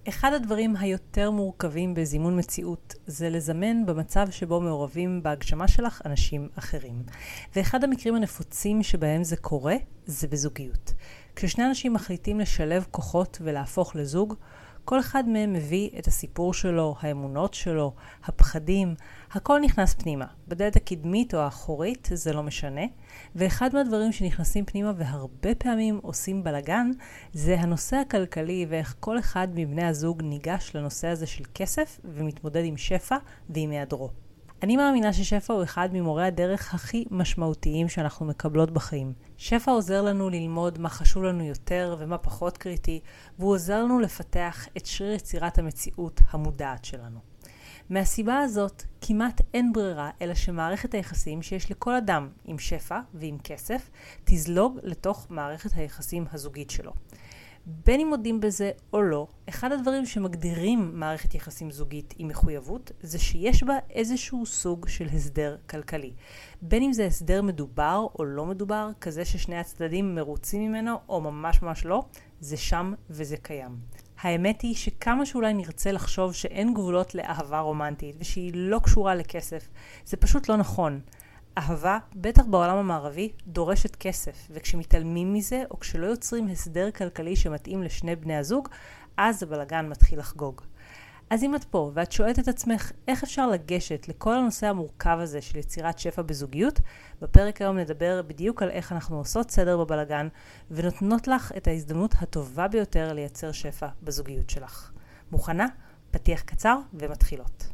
אחד הדברים היותר מורכבים בזימון מציאות זה לזמן במצב שבו מעורבים בהגשמה שלך אנשים אחרים. ואחד המקרים הנפוצים שבהם זה קורה זה בזוגיות. כששני אנשים מחליטים לשלב כוחות ולהפוך לזוג, כל אחד מהם מביא את הסיפור שלו, האמונות שלו, הפחדים, הכל נכנס פנימה. בדלת הקדמית או האחורית זה לא משנה, ואחד מהדברים שנכנסים פנימה והרבה פעמים עושים בלגן, זה הנושא הכלכלי ואיך כל אחד מבני הזוג ניגש לנושא הזה של כסף ומתמודד עם שפע ועם היעדרו. אני מאמינה ששפע הוא אחד ממורי הדרך הכי משמעותיים שאנחנו מקבלות בחיים. שפע עוזר לנו ללמוד מה חשוב לנו יותר ומה פחות קריטי, והוא עוזר לנו לפתח את שריר יצירת המציאות המודעת שלנו. מהסיבה הזאת, כמעט אין ברירה אלא שמערכת היחסים שיש לכל אדם עם שפע ועם כסף, תזלוג לתוך מערכת היחסים הזוגית שלו. בין אם מודים בזה או לא, אחד הדברים שמגדירים מערכת יחסים זוגית עם מחויבות, זה שיש בה איזשהו סוג של הסדר כלכלי. בין אם זה הסדר מדובר או לא מדובר, כזה ששני הצדדים מרוצים ממנו או ממש ממש לא, זה שם וזה קיים. האמת היא שכמה שאולי נרצה לחשוב שאין גבולות לאהבה רומנטית ושהיא לא קשורה לכסף, זה פשוט לא נכון. אהבה, בטח בעולם המערבי, דורשת כסף, וכשמתעלמים מזה או כשלא יוצרים הסדר כלכלי שמתאים לשני בני הזוג, אז הבלגן מתחיל לחגוג. אז אם את פה ואת שואלת את עצמך איך אפשר לגשת לכל הנושא המורכב הזה של יצירת שפע בזוגיות, בפרק היום נדבר בדיוק על איך אנחנו עושות סדר בבלגן ונותנות לך את ההזדמנות הטובה ביותר לייצר שפע בזוגיות שלך. מוכנה? פתיח קצר ומתחילות.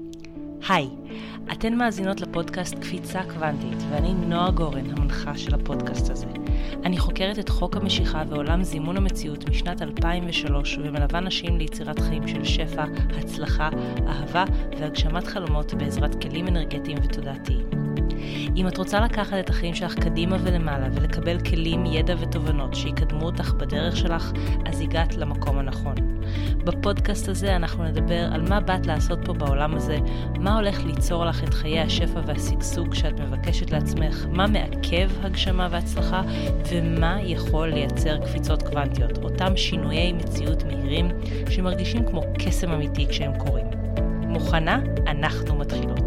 היי, אתן מאזינות לפודקאסט קפיצה קוונטית ואני נועה גורן, המנחה של הפודקאסט הזה. אני חוקרת את חוק המשיכה ועולם זימון המציאות משנת 2003 ומלווה נשים ליצירת חיים של שפע, הצלחה, אהבה והגשמת חלומות בעזרת כלים אנרגטיים ותודעתיים. אם את רוצה לקחת את החיים שלך קדימה ולמעלה ולקבל כלים, ידע ותובנות שיקדמו אותך בדרך שלך, אז הגעת למקום הנכון. בפודקאסט הזה אנחנו נדבר על מה באת לעשות פה בעולם הזה, מה הולך ליצור לך את חיי השפע והשגשוג שאת מבקשת לעצמך, מה מעכב הגשמה והצלחה, ומה יכול לייצר קפיצות קוונטיות, אותם שינויי מציאות מהירים שמרגישים כמו קסם אמיתי כשהם קורים. מוכנה? אנחנו מתחילות.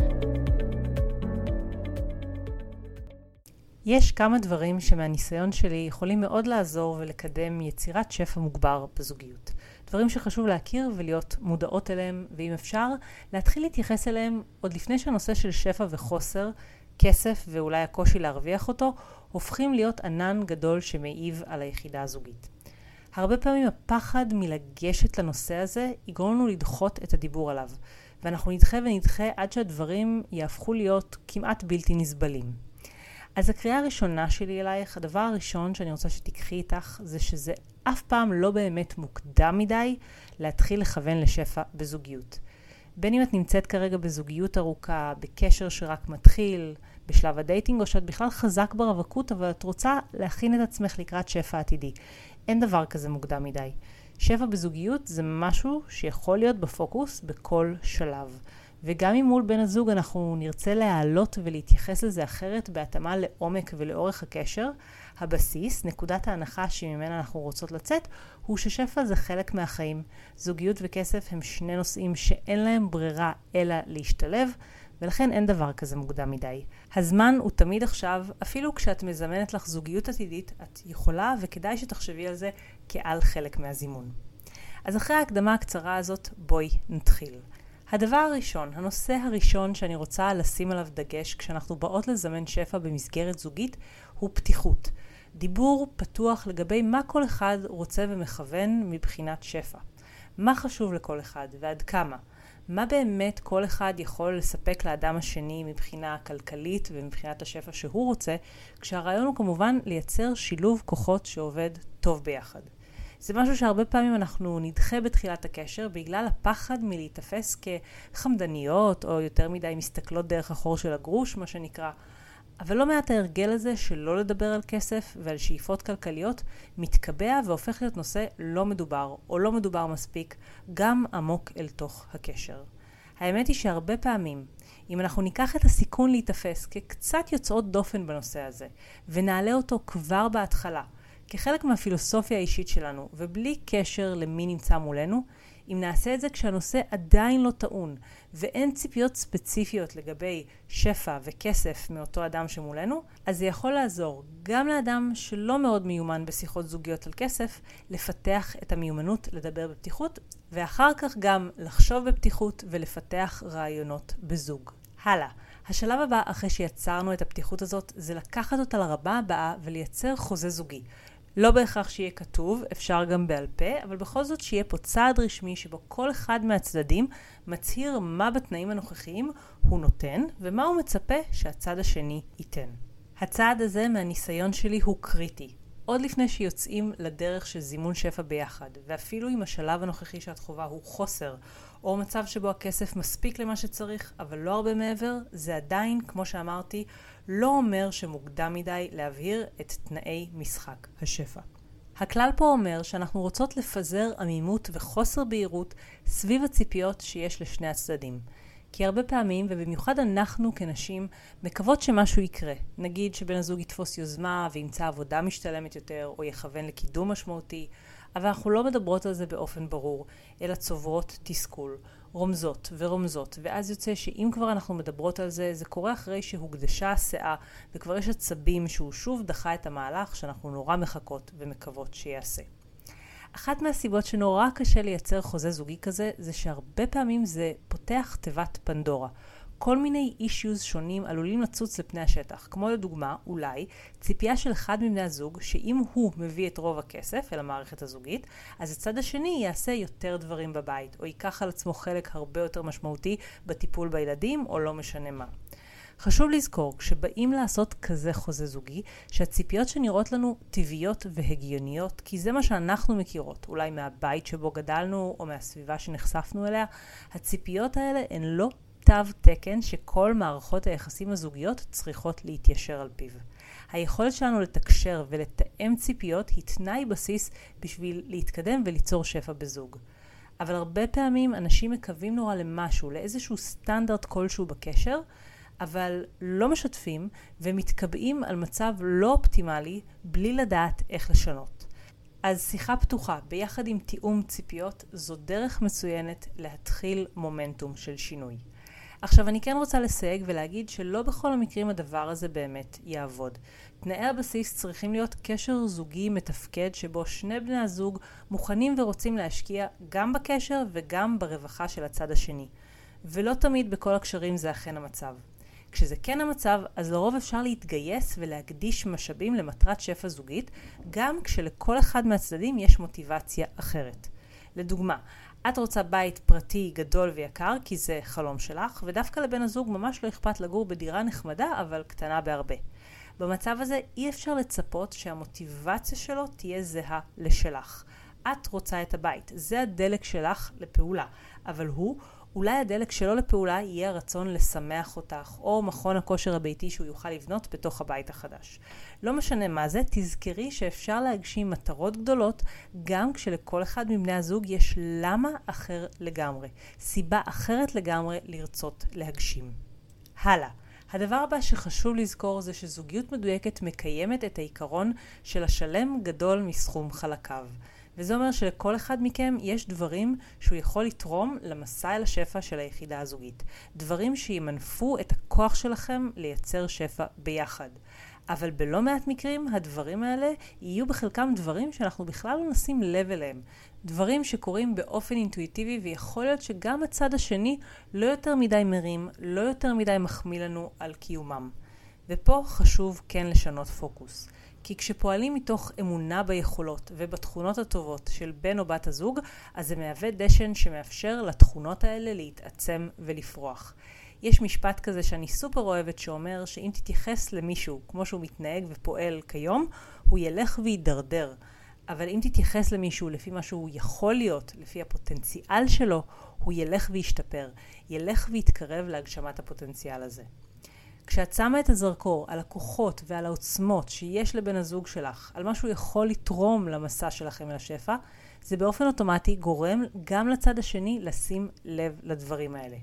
יש כמה דברים שמהניסיון שלי יכולים מאוד לעזור ולקדם יצירת שפע מוגבר בזוגיות. דברים שחשוב להכיר ולהיות מודעות אליהם, ואם אפשר, להתחיל להתייחס אליהם עוד לפני שהנושא של שפע וחוסר, כסף ואולי הקושי להרוויח אותו, הופכים להיות ענן גדול שמעיב על היחידה הזוגית. הרבה פעמים הפחד מלגשת לנושא הזה יגרום לנו לדחות את הדיבור עליו, ואנחנו נדחה ונדחה עד שהדברים יהפכו להיות כמעט בלתי נסבלים. אז הקריאה הראשונה שלי אלייך, הדבר הראשון שאני רוצה שתיקחי איתך, זה שזה אף פעם לא באמת מוקדם מדי להתחיל לכוון לשפע בזוגיות. בין אם את נמצאת כרגע בזוגיות ארוכה, בקשר שרק מתחיל, בשלב הדייטינג, או שאת בכלל חזק ברווקות, אבל את רוצה להכין את עצמך לקראת שפע עתידי. אין דבר כזה מוקדם מדי. שפע בזוגיות זה משהו שיכול להיות בפוקוס בכל שלב. וגם אם מול בן הזוג אנחנו נרצה להעלות ולהתייחס לזה אחרת בהתאמה לעומק ולאורך הקשר, הבסיס, נקודת ההנחה שממנה אנחנו רוצות לצאת, הוא ששפע זה חלק מהחיים. זוגיות וכסף הם שני נושאים שאין להם ברירה אלא להשתלב, ולכן אין דבר כזה מוקדם מדי. הזמן הוא תמיד עכשיו, אפילו כשאת מזמנת לך זוגיות עתידית, את יכולה וכדאי שתחשבי על זה כעל חלק מהזימון. אז אחרי ההקדמה הקצרה הזאת, בואי נתחיל. הדבר הראשון, הנושא הראשון שאני רוצה לשים עליו דגש כשאנחנו באות לזמן שפע במסגרת זוגית, הוא פתיחות. דיבור פתוח לגבי מה כל אחד רוצה ומכוון מבחינת שפע. מה חשוב לכל אחד ועד כמה? מה באמת כל אחד יכול לספק לאדם השני מבחינה כלכלית ומבחינת השפע שהוא רוצה, כשהרעיון הוא כמובן לייצר שילוב כוחות שעובד טוב ביחד. זה משהו שהרבה פעמים אנחנו נדחה בתחילת הקשר בגלל הפחד מלהתאפס כחמדניות או יותר מדי מסתכלות דרך החור של הגרוש, מה שנקרא. אבל לא מעט ההרגל הזה שלא לדבר על כסף ועל שאיפות כלכליות מתקבע והופך להיות נושא לא מדובר או לא מדובר מספיק גם עמוק אל תוך הקשר. האמת היא שהרבה פעמים אם אנחנו ניקח את הסיכון להתאפס כקצת יוצאות דופן בנושא הזה ונעלה אותו כבר בהתחלה, כחלק מהפילוסופיה האישית שלנו, ובלי קשר למי נמצא מולנו, אם נעשה את זה כשהנושא עדיין לא טעון, ואין ציפיות ספציפיות לגבי שפע וכסף מאותו אדם שמולנו, אז זה יכול לעזור גם לאדם שלא מאוד מיומן בשיחות זוגיות על כסף, לפתח את המיומנות לדבר בפתיחות, ואחר כך גם לחשוב בפתיחות ולפתח רעיונות בזוג. הלאה. השלב הבא אחרי שיצרנו את הפתיחות הזאת, זה לקחת אותה לרמה הבאה ולייצר חוזה זוגי. לא בהכרח שיהיה כתוב, אפשר גם בעל פה, אבל בכל זאת שיהיה פה צעד רשמי שבו כל אחד מהצדדים מצהיר מה בתנאים הנוכחיים הוא נותן, ומה הוא מצפה שהצד השני ייתן. הצעד הזה מהניסיון שלי הוא קריטי. עוד לפני שיוצאים לדרך של זימון שפע ביחד, ואפילו אם השלב הנוכחי שאת חובה הוא חוסר, או מצב שבו הכסף מספיק למה שצריך, אבל לא הרבה מעבר, זה עדיין, כמו שאמרתי, לא אומר שמוקדם מדי להבהיר את תנאי משחק השפע. הכלל פה אומר שאנחנו רוצות לפזר עמימות וחוסר בהירות סביב הציפיות שיש לשני הצדדים. כי הרבה פעמים, ובמיוחד אנחנו כנשים, מקוות שמשהו יקרה. נגיד שבן הזוג יתפוס יוזמה וימצא עבודה משתלמת יותר, או יכוון לקידום משמעותי, אבל אנחנו לא מדברות על זה באופן ברור, אלא צוברות תסכול, רומזות ורומזות, ואז יוצא שאם כבר אנחנו מדברות על זה, זה קורה אחרי שהוקדשה הסאה, וכבר יש עצבים שהוא שוב דחה את המהלך שאנחנו נורא מחכות ומקוות שיעשה. אחת מהסיבות שנורא קשה לייצר חוזה זוגי כזה, זה שהרבה פעמים זה פותח תיבת פנדורה. כל מיני אישיוז שונים עלולים לצוץ לפני השטח, כמו לדוגמה, אולי, ציפייה של אחד מבני הזוג, שאם הוא מביא את רוב הכסף אל המערכת הזוגית, אז הצד השני יעשה יותר דברים בבית, או ייקח על עצמו חלק הרבה יותר משמעותי בטיפול בילדים, או לא משנה מה. חשוב לזכור, כשבאים לעשות כזה חוזה זוגי, שהציפיות שנראות לנו טבעיות והגיוניות, כי זה מה שאנחנו מכירות, אולי מהבית שבו גדלנו, או מהסביבה שנחשפנו אליה, הציפיות האלה הן לא תו תקן שכל מערכות היחסים הזוגיות צריכות להתיישר על פיו. היכולת שלנו לתקשר ולתאם ציפיות היא תנאי בסיס בשביל להתקדם וליצור שפע בזוג. אבל הרבה פעמים אנשים מקווים נורא למשהו, לאיזשהו סטנדרט כלשהו בקשר, אבל לא משתפים ומתקבעים על מצב לא אופטימלי בלי לדעת איך לשנות. אז שיחה פתוחה ביחד עם תיאום ציפיות זו דרך מצוינת להתחיל מומנטום של שינוי. עכשיו אני כן רוצה לסייג ולהגיד שלא בכל המקרים הדבר הזה באמת יעבוד. תנאי הבסיס צריכים להיות קשר זוגי מתפקד שבו שני בני הזוג מוכנים ורוצים להשקיע גם בקשר וגם ברווחה של הצד השני. ולא תמיד בכל הקשרים זה אכן המצב. כשזה כן המצב, אז לרוב אפשר להתגייס ולהקדיש משאבים למטרת שפע זוגית, גם כשלכל אחד מהצדדים יש מוטיבציה אחרת. לדוגמה, את רוצה בית פרטי גדול ויקר כי זה חלום שלך, ודווקא לבן הזוג ממש לא אכפת לגור בדירה נחמדה אבל קטנה בהרבה. במצב הזה אי אפשר לצפות שהמוטיבציה שלו תהיה זהה לשלך. את רוצה את הבית, זה הדלק שלך לפעולה, אבל אולי הדלק שלו לפעולה יהיה הרצון לשמח אותך, או מכון הכושר הביתי שהוא יוכל לבנות בתוך הבית החדש. לא משנה מה זה, תזכרי שאפשר להגשים מטרות גדולות, גם כשלכל אחד מבני הזוג יש למה אחר לגמרי, סיבה אחרת לגמרי לרצות להגשים. הלאה. הדבר הבא שחשוב לזכור זה שזוגיות מדויקת מקיימת את העיקרון של השלם גדול מסכום חלקיו. וזה אומר שלכל אחד מכם יש דברים שהוא יכול לתרום למסע אל השפע של היחידה הזוגית. דברים שימנפו את הכוח שלכם לייצר שפע ביחד. אבל בלא מעט מקרים הדברים האלה יהיו בחלקם דברים שאנחנו בכלל לא נשים לב אליהם. דברים שקורים באופן אינטואיטיבי ויכול להיות שגם הצד השני לא יותר מדי מרים, לא יותר מדי מחמיא לנו על קיומם. ופה חשוב כן לשנות פוקוס. כי כשפועלים מתוך אמונה ביכולות ובתכונות הטובות של בן או בת הזוג, אז זה מהווה דשן שמאפשר לתכונות האלה להתעצם ולפרוח. יש משפט כזה שאני סופר אוהבת שאומר שאם תתייחס למישהו כמו שהוא מתנהג ופועל כיום, הוא ילך וידרדר. אבל אם תתייחס למישהו לפי מה שהוא יכול להיות, לפי הפוטנציאל שלו, הוא ילך וישתפר, ילך ויתקרב להגשמת הפוטנציאל הזה. כשאת שמה את הזרקור על הכוחות ועל העוצמות שיש לבן הזוג שלך, על מה שהוא יכול לתרום למסע שלכם לשפע, זה באופן אוטומטי גורם גם לצד השני לשים לב לדברים האלה.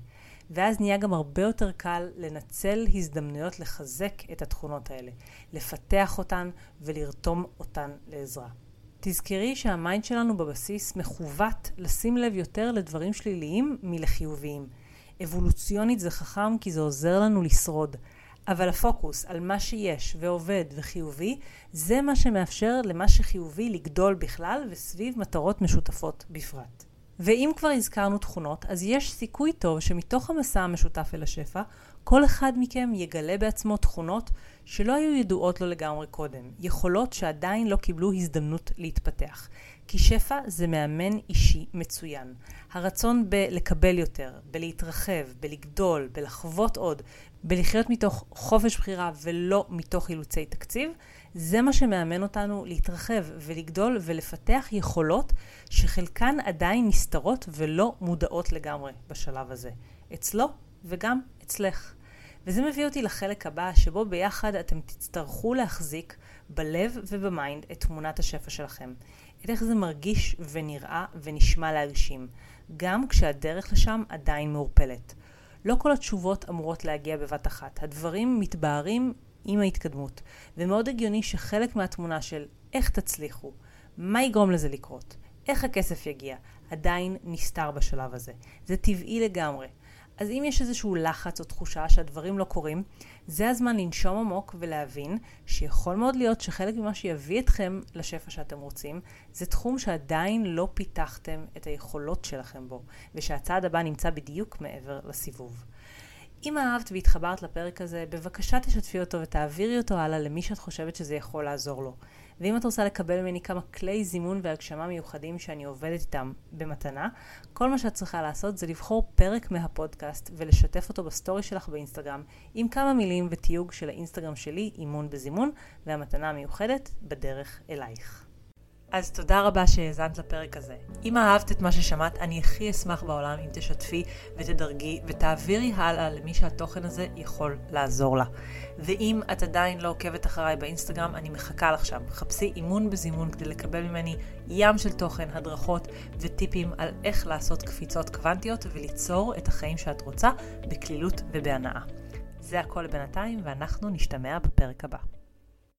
ואז נהיה גם הרבה יותר קל לנצל הזדמנויות לחזק את התכונות האלה, לפתח אותן ולרתום אותן לעזרה. תזכרי שהמיינד שלנו בבסיס מכוות לשים לב יותר לדברים שליליים מלחיוביים. אבולוציונית זה חכם כי זה עוזר לנו לשרוד. אבל הפוקוס על מה שיש ועובד וחיובי, זה מה שמאפשר למה שחיובי לגדול בכלל וסביב מטרות משותפות בפרט. ואם כבר הזכרנו תכונות, אז יש סיכוי טוב שמתוך המסע המשותף אל השפע, כל אחד מכם יגלה בעצמו תכונות שלא היו ידועות לו לגמרי קודם, יכולות שעדיין לא קיבלו הזדמנות להתפתח. כי שפע זה מאמן אישי מצוין. הרצון בלקבל יותר, בלהתרחב, בלגדול, בלחוות עוד, בלחיות מתוך חופש בחירה ולא מתוך אילוצי תקציב, זה מה שמאמן אותנו להתרחב ולגדול ולפתח יכולות שחלקן עדיין נסתרות ולא מודעות לגמרי בשלב הזה. אצלו וגם אצלך. וזה מביא אותי לחלק הבא שבו ביחד אתם תצטרכו להחזיק בלב ובמיינד את תמונת השפע שלכם. את איך זה מרגיש ונראה ונשמע להגשים, גם כשהדרך לשם עדיין מעורפלת. לא כל התשובות אמורות להגיע בבת אחת. הדברים מתבהרים עם ההתקדמות, ומאוד הגיוני שחלק מהתמונה של איך תצליחו, מה יגרום לזה לקרות, איך הכסף יגיע, עדיין נסתר בשלב הזה. זה טבעי לגמרי. אז אם יש איזשהו לחץ או תחושה שהדברים לא קורים, זה הזמן לנשום עמוק ולהבין שיכול מאוד להיות שחלק ממה שיביא אתכם לשפע שאתם רוצים, זה תחום שעדיין לא פיתחתם את היכולות שלכם בו, ושהצעד הבא נמצא בדיוק מעבר לסיבוב. אם אהבת והתחברת לפרק הזה, בבקשה תשתפי אותו ותעבירי אותו הלאה למי שאת חושבת שזה יכול לעזור לו. ואם את רוצה לקבל ממני כמה כלי זימון והגשמה מיוחדים שאני עובדת איתם במתנה, כל מה שאת צריכה לעשות זה לבחור פרק מהפודקאסט ולשתף אותו בסטורי שלך באינסטגרם עם כמה מילים ותיוג של האינסטגרם שלי, אימון בזימון, והמתנה המיוחדת בדרך אלייך. אז תודה רבה שהאזנת לפרק הזה. אם אהבת את מה ששמעת, אני הכי אשמח בעולם אם תשתפי ותדרגי ותעבירי הלאה למי שהתוכן הזה יכול לעזור לה. ואם את עדיין לא עוקבת אחריי באינסטגרם, אני מחכה לך שם. חפשי אימון בזימון כדי לקבל ממני ים של תוכן, הדרכות וטיפים על איך לעשות קפיצות קוונטיות וליצור את החיים שאת רוצה בקלילות ובהנאה. זה הכל בינתיים ואנחנו נשתמע בפרק הבא.